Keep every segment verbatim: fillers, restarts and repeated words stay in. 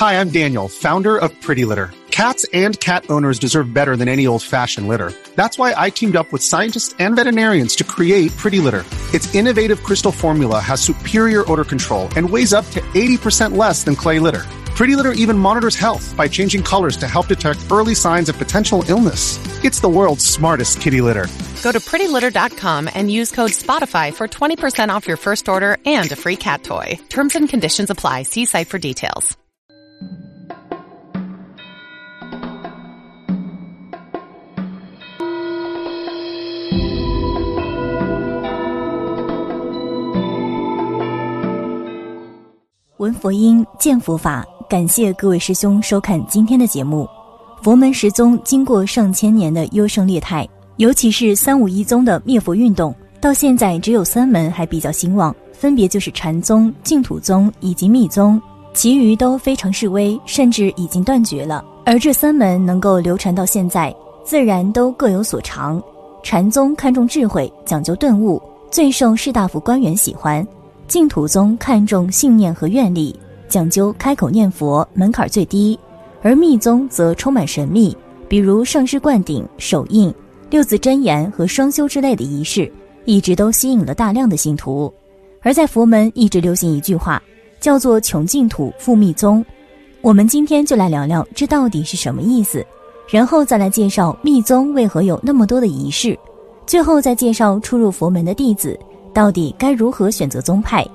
Hi, I'm Daniel, founder of Pretty Litter. Cats and cat owners deserve better than any old-fashioned litter. That's why I teamed up with scientists and veterinarians to create Pretty Litter. Its innovative crystal formula has superior odor control and weighs up to eighty percent less than clay litter. Pretty Litter even monitors health by changing colors to help detect early signs of potential illness. It's the world's smartest kitty litter. Go to pretty litter dot com and use code SPOTIFY for twenty percent off your first order and a free cat toy. Terms and conditions apply. See site for details. 闻佛音，见佛法。感谢各位师兄收看今天的节目。佛门十宗经过上千年的优胜劣汰，尤其是三武一宗的灭佛运动，到现在只有三门还比较兴旺，分别就是禅宗、净土宗以及密宗，其余都非常式微，甚至已经断绝了。而这三门能够流传到现在，自然都各有所长。禅宗看重智慧，讲究顿悟，最受士大夫官员喜欢；净土宗看重信念和愿力，讲究开口念佛，门槛最低；而密宗则充满神秘，比如上师灌顶、手印、六字真言和双修之类的仪式，一直都吸引了大量的信徒。而在佛门一直流行一句话，叫做穷净土复密宗。我们今天就来聊聊这到底是什么意思，然后再来介绍密宗为何有那么多的仪式，最后再介绍初入佛门的弟子到底该如何选择宗派。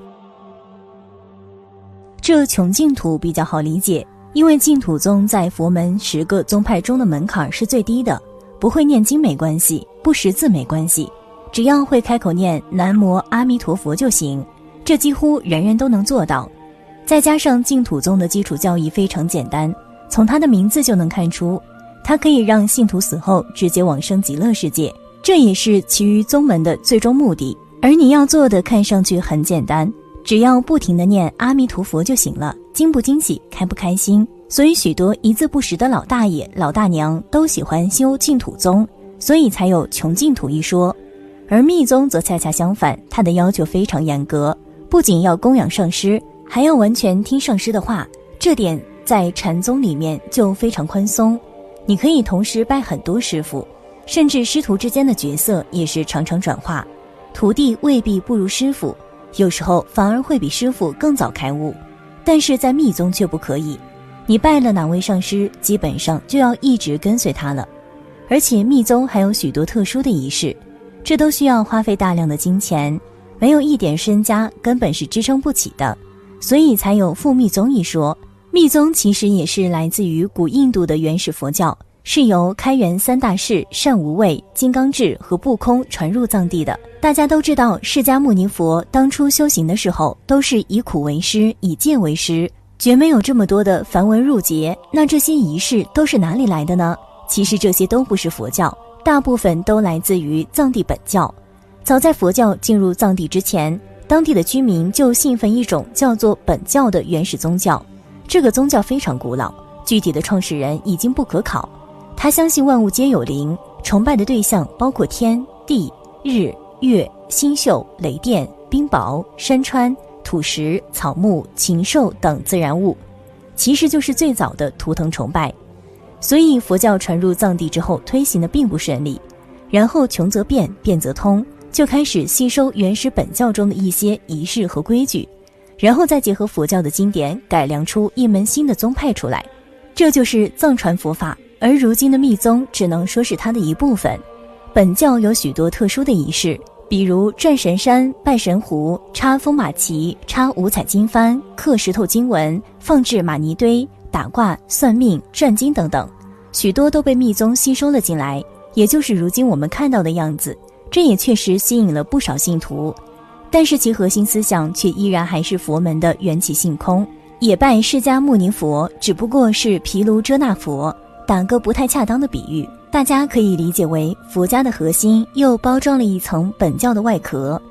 这穷净土比较好理解，因为净土宗在佛门十个宗派中的门槛是最低的，不会念经没关系，不识字没关系，只要会开口念南无阿弥陀佛就行，这几乎人人都能做到。再加上净土宗的基础教义非常简单，从它的名字就能看出，它可以让信徒死后直接往生极乐世界，这也是其余宗门的最终目的。而你要做的看上去很简单，只要不停地念阿弥陀佛就行了，惊不惊喜，开不开心。所以许多一字不识的老大爷老大娘都喜欢修净土宗，所以才有穷净土一说。而密宗则恰恰相反，它的要求非常严格，不仅要供养上师，还要完全听上师的话，这点在禅宗里面就非常宽松，你可以同时拜很多师父，甚至师徒之间的角色也是常常转化，徒弟未必不如师父，有时候反而会比师父更早开悟。但是在密宗却不可以，你拜了哪位上师，基本上就要一直跟随他了。而且密宗还有许多特殊的仪式，这都需要花费大量的金钱，没有一点身家根本是支撑不起的，所以才有复密宗一说。密宗其实也是来自于古印度的原始佛教，是由开元三大士善无畏、金刚智和不空传入藏地的。大家都知道，释迦牟尼佛当初修行的时候都是以苦为师，以戒为师，绝没有这么多的繁文缛节。那这些仪式都是哪里来的呢？其实这些都不是佛教，大部分都来自于藏地本教。早在佛教进入藏地之前，当地的居民就信奉一种叫做本教的原始宗教。这个宗教非常古老，具体的创始人已经不可考。他相信万物皆有灵，崇拜的对象包括天、地、日、月、星宿、雷电、冰雹、山川、土石、草木、禽兽等自然物，其实就是最早的图腾崇拜。所以佛教传入藏地之后推行的并不顺利，然后穷则变，变则通，就开始吸收原始本教中的一些仪式和规矩，然后再结合佛教的经典改良出一门新的宗派出来，这就是藏传佛法。而如今的密宗只能说是它的一部分。本教有许多特殊的仪式，比如转神山、拜神湖、插风马旗、插五彩经幡、刻石头经文、放置玛尼堆、打卦、算命、转经等等，许多都被密宗吸收了进来，也就是如今我们看到的样子。这也确实吸引了不少信徒，但是其核心思想却依然还是佛门的缘起性空，也拜释迦牟尼佛，只不过是毗卢遮那佛。打个不太恰当的比喻，大家可以理解为佛家的核心又包装了一层本教的外壳。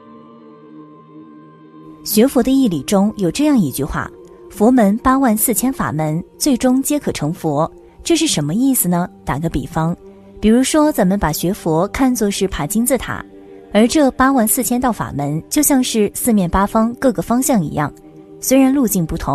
学佛的义理中有这样一句话，佛门八万四千法门，最终皆可成佛。这是什么意思呢？打个比方，比如说咱们把学佛看作是爬金字塔，而这八万四千道法门就像是四面八方各个方向一样，虽然路径不同，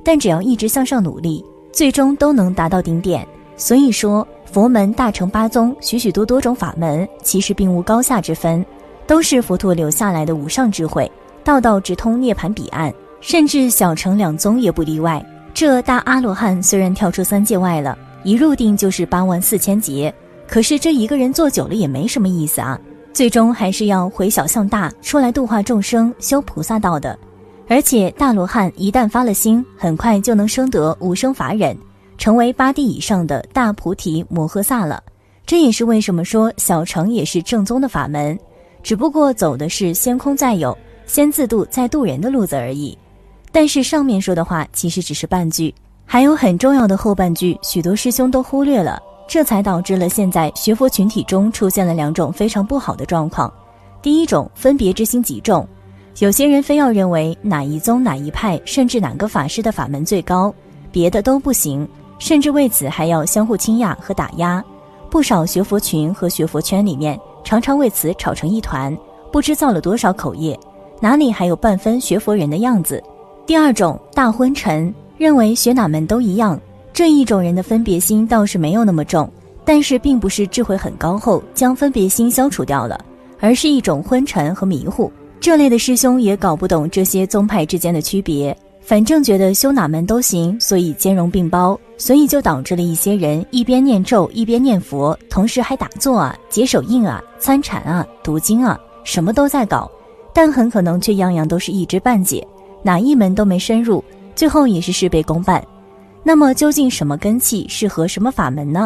但只要一直向上努力，最终都能达到顶点。所以说，佛门大乘八宗许许多多种法门，其实并无高下之分，都是佛陀留下来的无上智慧，道道直通涅槃彼岸，甚至小乘两宗也不例外。这大阿罗汉虽然跳出三界外了，一入定就是八万四千劫，可是这一个人做久了也没什么意思啊，最终还是要回小向大，出来度化众生，修菩萨道的。而且大罗汉一旦发了心，很快就能生得无生法忍，成为八地以上的大菩提摩诃萨了。这也是为什么说小乘也是正宗的法门，只不过走的是先空再有，先自度再度人的路子而已。但是上面说的话其实只是半句，还有很重要的后半句，许多师兄都忽略了，这才导致了现在学佛群体中出现了两种非常不好的状况。第一种，分别之心极重，有些人非要认为哪一宗哪一派，甚至哪个法师的法门最高，别的都不行，甚至为此还要相互倾轧和打压。不少学佛群和学佛圈里面常常为此吵成一团，不知造了多少口业，哪里还有半分学佛人的样子。第二种，大昏沉，认为学哪门都一样，这一种人的分别心倒是没有那么重，但是并不是智慧很高后将分别心消除掉了，而是一种昏沉和迷糊。这类的师兄也搞不懂这些宗派之间的区别，反正觉得修哪门都行，所以兼容并包，所以就导致了一些人一边念咒一边念佛，同时还打坐啊、解手印啊、参禅啊、读经啊，什么都在搞，但很可能却样样都是一知半解，哪一门都没深入，最后也是事倍功半。那么究竟什么根器适合什么法门呢？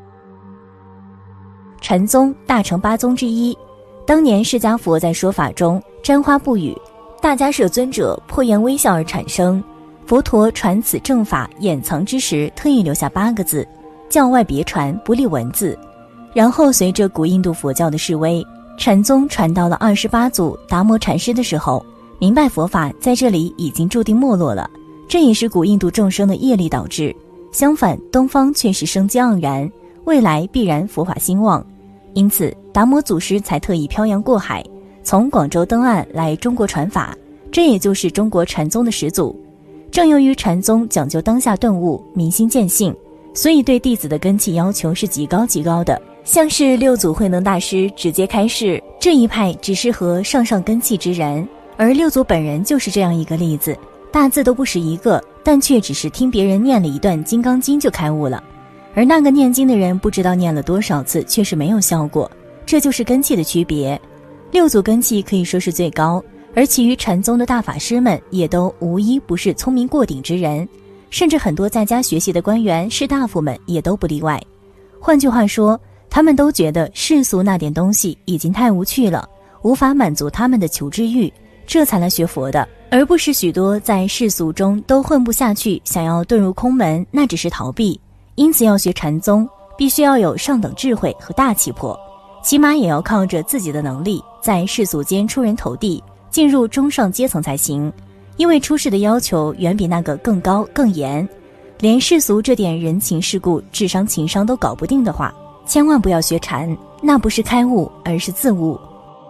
禅宗大乘八宗之一，当年释迦佛在说法中沾花不语，大迦叶尊者破颜微笑而产生。佛陀传此正法掩藏之时，特意留下八个字，教外别传，不立文字。然后随着古印度佛教的式微，禅宗传到了二十八祖达摩禅师的时候，明白佛法在这里已经注定没落了，这也是古印度众生的业力导致。相反，东方却是生机盎然，未来必然佛法兴旺。因此达摩祖师才特意漂洋过海，从广州登岸来中国传法，这也就是中国禅宗的始祖。正由于禅宗讲究当下顿悟，明心见性，所以对弟子的根器要求是极高极高的。像是六祖慧能大师直接开示，这一派只适合上上根器之人，而六祖本人就是这样一个例子，大字都不识一个，但却只是听别人念了一段金刚经就开悟了。而那个念经的人不知道念了多少次，却是没有效果，这就是根器的区别。六祖根器可以说是最高，而其余禅宗的大法师们也都无一不是聪明过顶之人，甚至很多在家学习的官员士大夫们也都不例外。换句话说，他们都觉得世俗那点东西已经太无趣了，无法满足他们的求知欲，这才来学佛的，而不是许多在世俗中都混不下去，想要遁入空门，那只是逃避。因此要学禅宗，必须要有上等智慧和大气魄，起码也要靠着自己的能力，在世俗间出人头地，进入中上阶层才行。因为出世的要求远比那个更高更严，连世俗这点人情世故、智商情商都搞不定的话，千万不要学禅，那不是开悟，而是自悟。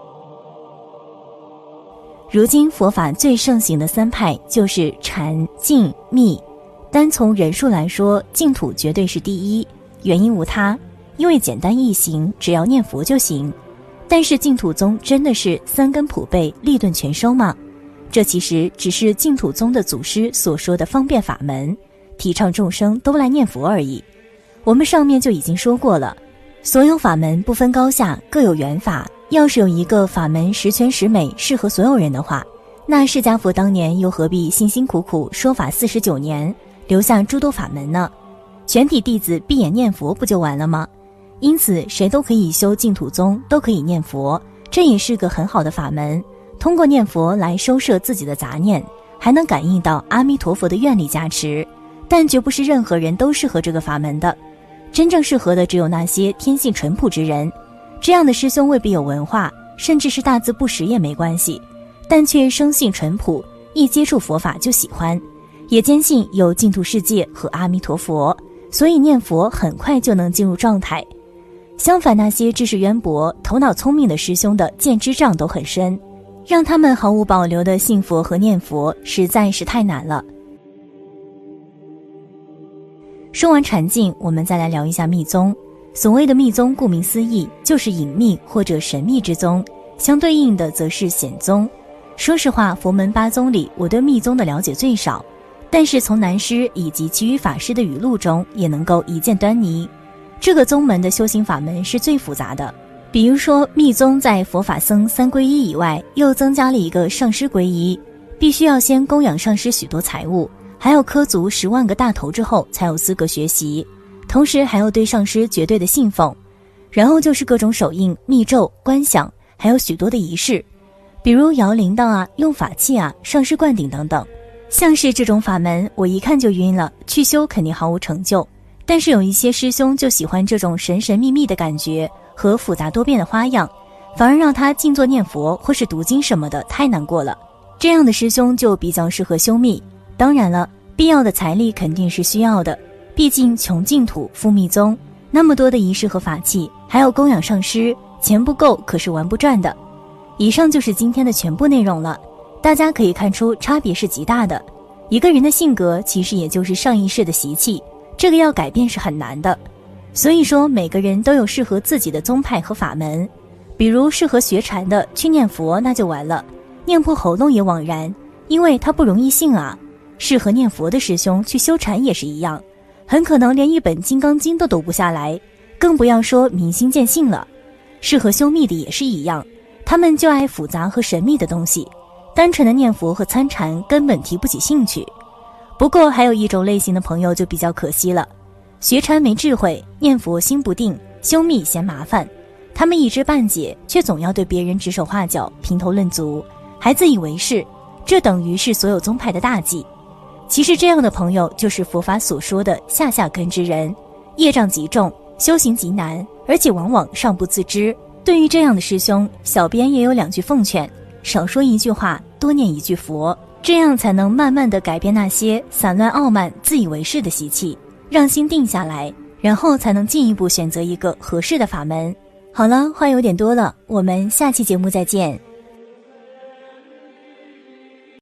如今佛法最盛行的三派就是禅、净、密。单从人数来说，净土绝对是第一，原因无他，因为简单易行，只要念佛就行。但是净土宗真的是三根普被，利钝全收吗？这其实只是净土宗的祖师所说的方便法门，提倡众生都来念佛而已。我们上面就已经说过了，所有法门不分高下，各有缘法，要是有一个法门十全十美，适合所有人的话，那释迦佛当年又何必辛辛苦苦说法四十九年，留下诸多法门呢？全体弟子闭眼念佛不就完了吗？因此谁都可以修净土宗，都可以念佛，这也是个很好的法门。通过念佛来收摄自己的杂念，还能感应到阿弥陀佛的愿力加持，但绝不是任何人都适合这个法门的，真正适合的只有那些天性淳朴之人。这样的师兄未必有文化，甚至是大字不识也没关系，但却生性淳朴，一接触佛法就喜欢，也坚信有净土世界和阿弥陀佛，所以念佛很快就能进入状态。相反，那些知识渊博、头脑聪明的师兄的见知障都很深，让他们毫无保留地信佛和念佛实在是太难了。 说完禅境，我们再来聊一下密宗。所谓的密宗，顾名思义，就是隐秘或者神秘之宗，相对应的则是显宗。说实话，佛门八宗里，我对密宗的了解最少，但是从南师以及其余法师的语录中，也能够一见端倪。这个宗门的修行法门是最复杂的。比如说，密宗在佛法僧三皈依以外，又增加了一个上师皈依，必须要先供养上师许多财物，还要磕足十万个大头之后才有资格学习，同时还要对上师绝对的信奉。然后就是各种手印、密咒、观想，还有许多的仪式，比如摇铃铛啊、用法器啊、上师灌顶等等。像是这种法门，我一看就晕了，去修肯定毫无成就。但是有一些师兄就喜欢这种神神秘秘的感觉和复杂多变的花样，反而让他静坐念佛或是读经什么的太难过了。这样的师兄就比较适合修密。当然了，必要的财力肯定是需要的，毕竟穷净土富密宗，那么多的仪式和法器，还要供养上师，钱不够可是玩不转的。以上就是今天的全部内容了，大家可以看出差别是极大的。一个人的性格其实也就是上一世的习气，这个要改变是很难的。所以说每个人都有适合自己的宗派和法门，比如适合学禅的去念佛那就完了，念破喉咙也枉然，因为它不容易信啊。适合念佛的师兄去修禅也是一样，很可能连一本金刚经都读不下来，更不要说明心见性了。适合修密的也是一样，他们就爱复杂和神秘的东西，单纯的念佛和参禅根本提不起兴趣。不过还有一种类型的朋友就比较可惜了，学禅没智慧，念佛心不定，修密嫌麻烦，他们一知半解，却总要对别人指手画脚、评头论足，还自以为是，这等于是所有宗派的大忌。其实这样的朋友就是佛法所说的下下根之人，业障极重，修行极难，而且往往尚不自知。对于这样的师兄，小编也有两句奉劝：少说一句话，多念一句佛，这样才能慢慢地改变那些散乱傲慢、自以为是的习气，让心定下来，然后才能进一步选择一个合适的法门。好了，话有点多了，我们下期节目再见。